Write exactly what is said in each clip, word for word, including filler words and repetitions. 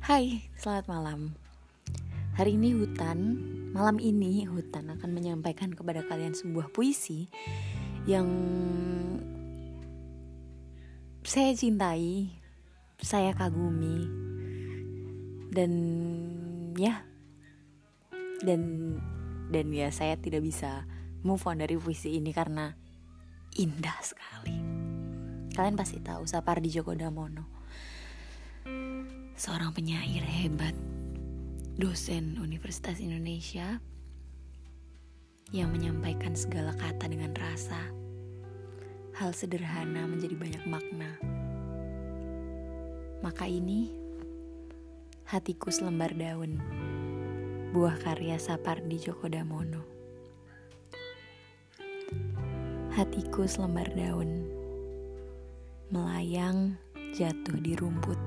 Hai, selamat malam. Hari ini hutan, malam ini hutan akan menyampaikan kepada kalian sebuah puisi yang saya cintai, saya kagumi, dan ya, dan dan ya saya tidak bisa move on dari puisi ini karena indah sekali. Kalian pasti tahu Sapardi Djoko Damono, seorang penyair hebat, dosen Universitas Indonesia yang menyampaikan segala kata dengan rasa. Hal sederhana menjadi banyak makna. Maka ini Hatiku Selembar Daun, buah karya Sapardi Djoko Damono. Hatiku selembar daun, melayang jatuh di rumput.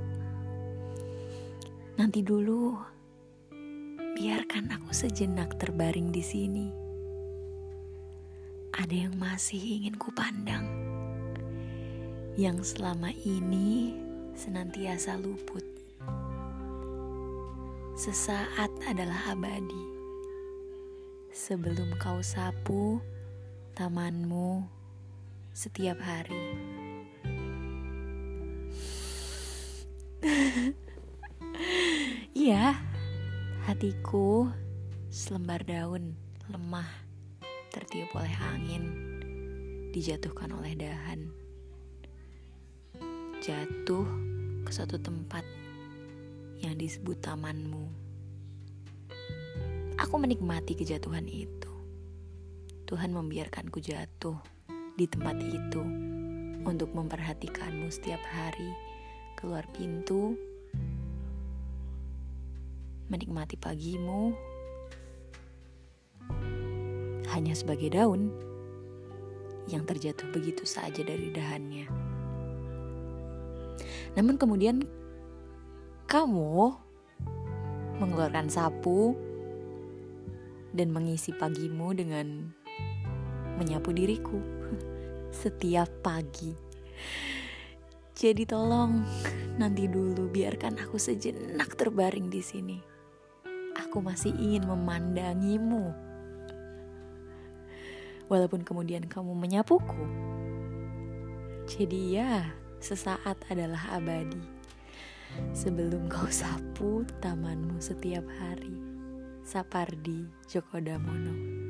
Nanti dulu, biarkan aku sejenak terbaring di sini. Ada yang masih ingin kupandang, yang selama ini senantiasa luput. Sesaat adalah abadi, sebelum kau sapu tamanmu setiap hari. Iya, hatiku selembar daun lemah, tertiup oleh angin, dijatuhkan oleh dahan, jatuh ke suatu tempat yang disebut tamanmu. Aku menikmati kejatuhan itu. Tuhan membiarkanku jatuh di tempat itu untuk memperhatikanmu setiap hari keluar pintu, menikmati pagimu hanya sebagai daun yang terjatuh begitu saja dari dahannya. Namun kemudian kamu mengeluarkan sapu dan mengisi pagimu dengan menyapu diriku setiap pagi. Jadi tolong nanti dulu biarkan aku sejenak terbaring di sini. Aku masih ingin memandangimu. Walaupun kemudian kamu menyapuku. Jadi ya, sesaat adalah abadi. Sebelum kau sapu tamanmu setiap hari. Sapardi Djoko Damono.